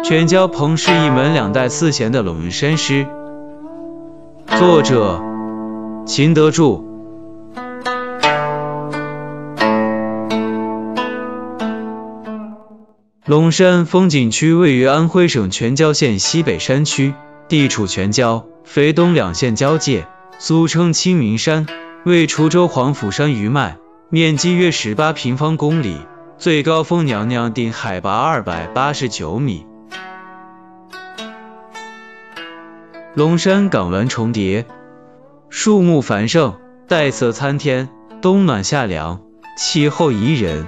全椒彭氏一门两代四贤的陇山诗。作者秦德柱。陇山风景区位于安徽省全椒县西北山区，地处全椒、肥东两县交界，俗称清明山，为滁州黄甫山余脉，面积约18平方公里，最高峰娘娘顶海拔289米。陇山港湾重叠，树木繁盛，黛色参天，冬暖夏凉，气候宜人。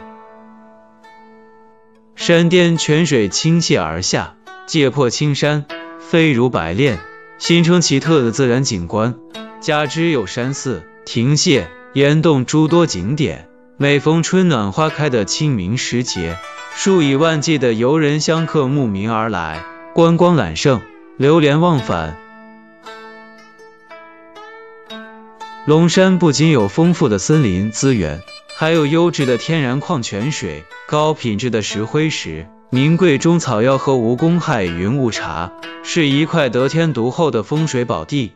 山巅泉水倾泻而下，界破青山，飞如白练，形成奇特的自然景观。加之有山寺、亭榭、岩洞诸多景点，每逢春暖花开的清明时节，数以万计的游人香客慕名而来，观光揽胜，流连忘返。陇山不仅有丰富的森林资源，还有优质的天然矿泉水、高品质的石灰石、名贵中草药和无公害云雾茶，是一块得天独厚的风水宝地。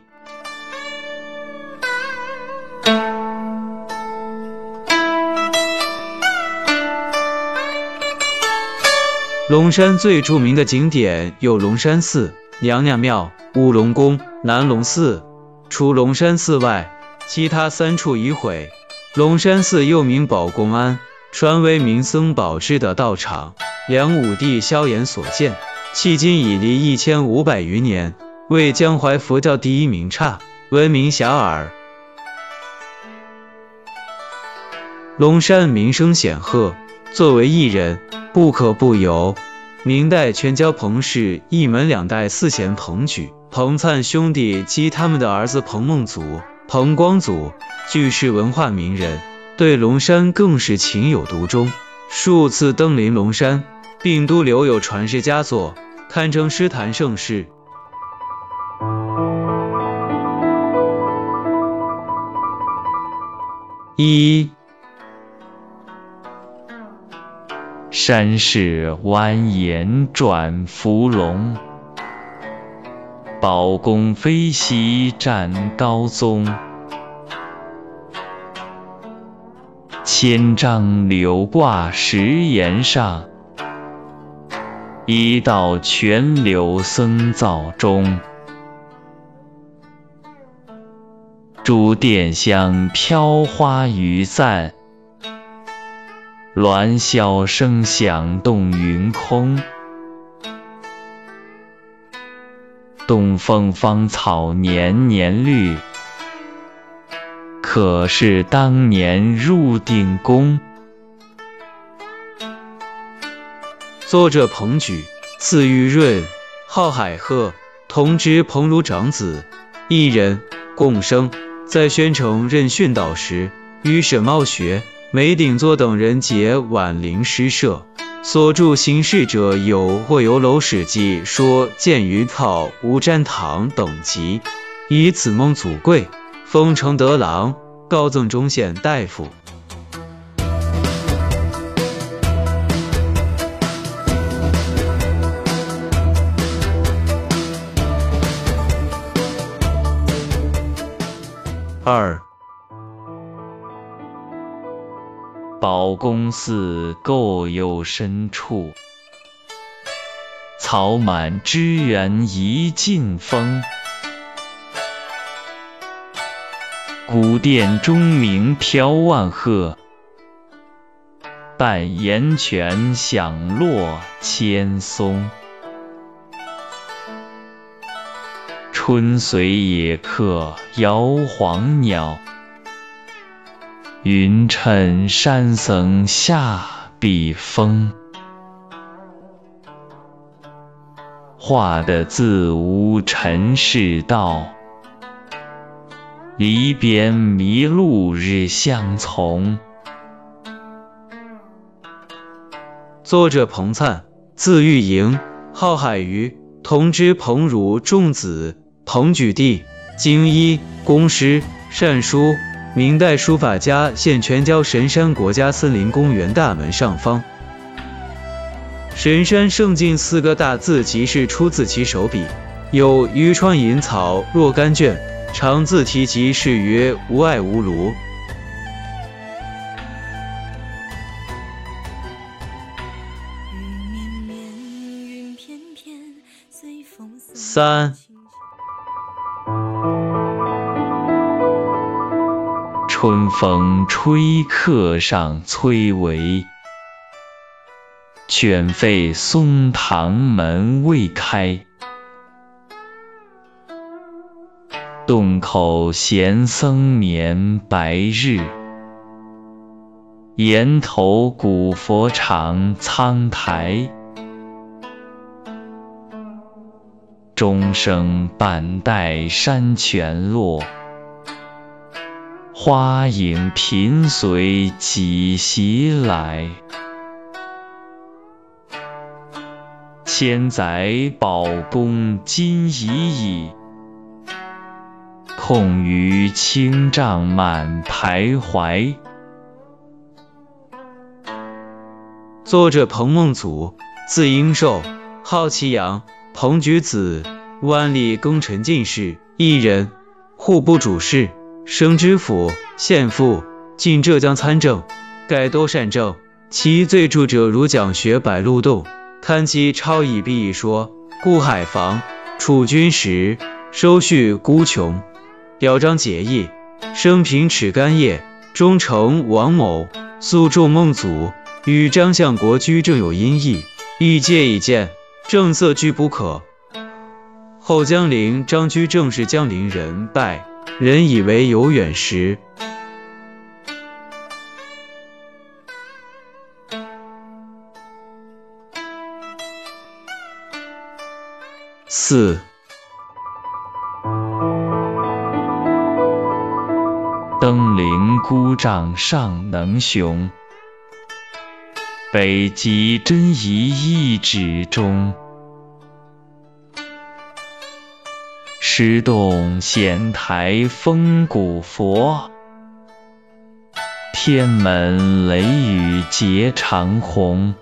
陇山最著名的景点有龙山寺、娘娘庙、乌龙宫、南龙寺。除龙山寺外，其他3处已毁。龙山寺又名宝公庵，传为名僧宝志的道场，梁武帝萧衍所建，迄今已历1500余年，为江淮佛教第一名刹，闻名遐迩。陇山名声显赫，作为艺人，不可不游。明代全椒彭氏一门两代四贤彭举、彭粲兄弟及他们的儿子彭孟祖、彭光祖，俱是文化名人，对陇山更是情有独钟，数次登临陇山，并都留有传世佳作，堪称诗坛盛世。1. 山势蜿蜒转伏龙，宝公飞兮占高宗。千丈柳挂石岩上，一道泉流僧灶中。诸殿香飘花雨散，鸾箫声响动云空。东风芳草年年绿，可是当年入定宫。 作者彭举，字玉润，号海鹤，同知彭儒长子，一人，共生。在宣城任训导时，与沈茂学、梅鼎作等人结宛陵诗社，所著行事者有《或游楼史记》说见于草无占堂等集，以此蒙祖贵，封承德郎，告赠中县大夫。2. 宝公寺构有深处，草满枝园一劲风。古殿钟鸣飘万壑，但岩泉响落千松。春随野客摇黄鸟，云衬山僧下避风。画的自无尘世道，离边迷路日相从。 作者彭粲，字玉莹，号海鱼，同知彭儒仲子，彭举弟，经医、工师、善书，明代书法家，现全椒神山国家森林公园大门上方。 神山圣境4个大字即是出自其手笔，有渔窗引草若干卷，常自题即是曰无爱无庐。3 春风吹客上崔嵬，犬吠松堂门未开。洞口闲僧眠白日，岩头古佛常苍苔。钟声半带山泉落，花影频随几袭来。千载宝宫今已矣，空余清帐满徘徊。 作者彭孟祖，字应寿，号祁阳，彭举子，万历庚辰进士，一人，户部主事，升知府、县父，进浙江参政，改多善政。其最著者如讲学百路洞，堪其超以弊一说，顾海防，处军时，收恤孤穷，表彰节义，生平耻干业，忠诚王某，诉众孟祖，与张相国居正有因异，欲借以见，正色居不可。后江陵张居正是江陵人，拜人以为有远识。4 登临孤帐尚能雄，北极真夷一指中。石洞闲台风古佛，天门雷雨结长虹。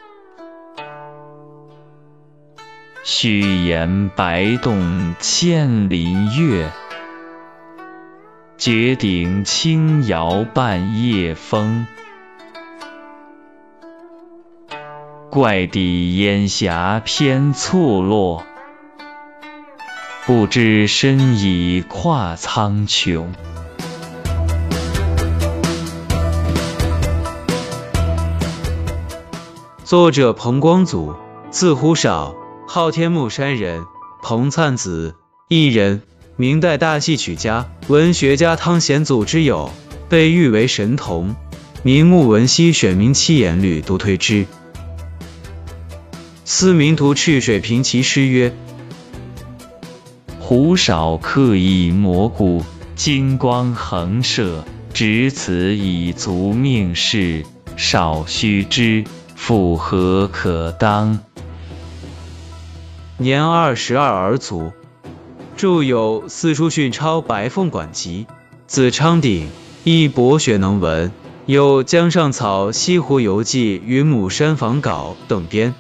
虚言白洞千林月，绝顶轻摇半夜风。怪底烟霞偏错落，不知身已跨苍穹。 作者彭光祖，字呼少，号天目山人，彭粲子，一人，明代大戏曲家、文学家汤显祖之友，被誉为神童。明穆文熙选民七言律独推之。司民图赤水平其诗曰： 胡少刻意蘑菇，金光横射，只此以足命事，少须知，复何可当？ 年22而卒。著有《四书训抄白凤馆集》，字昌鼎，亦博学能文，有《江上草西湖游记》《云母山访稿》等编。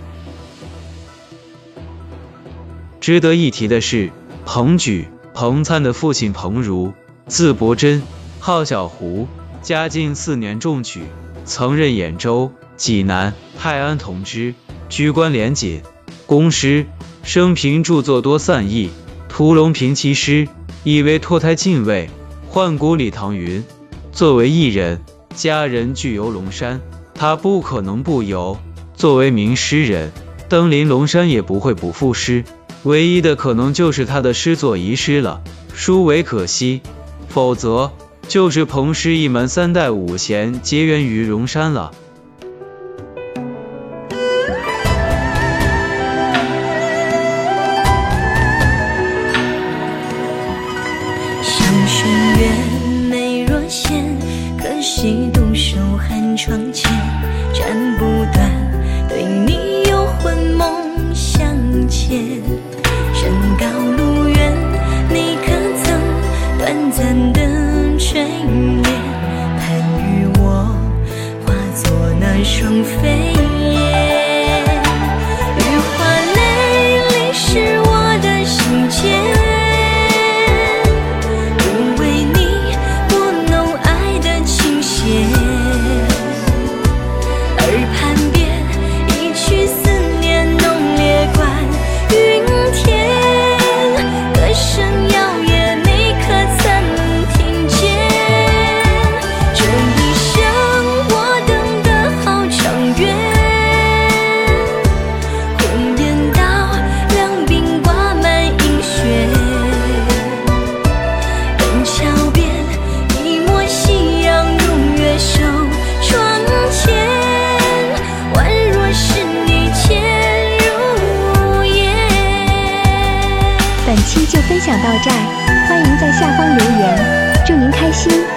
值得一提的是，彭举、彭粲的父亲彭儒，字伯真，号小胡，嘉靖4年中举，曾任兖州、济南、泰安同知，居官廉谨，公师，生平著作多散佚，屠龙平其诗，以为脱胎进位。宦古礼堂云，作为艺人，家人具游龙山，他不可能不游。作为名诗人，登临龙山也不会不赋诗，唯一的可能就是他的诗作遗失了，殊为可惜。否则就是彭氏一门3代5贤结缘于龙山了。 上弦月美若仙，可惜独守寒窗前，斩不断，对你有魂梦相牵。山高路远，你可曾短暂的眷恋？盼与我化作那双飞燕。 享到这儿，欢迎在下方留言，祝您开心。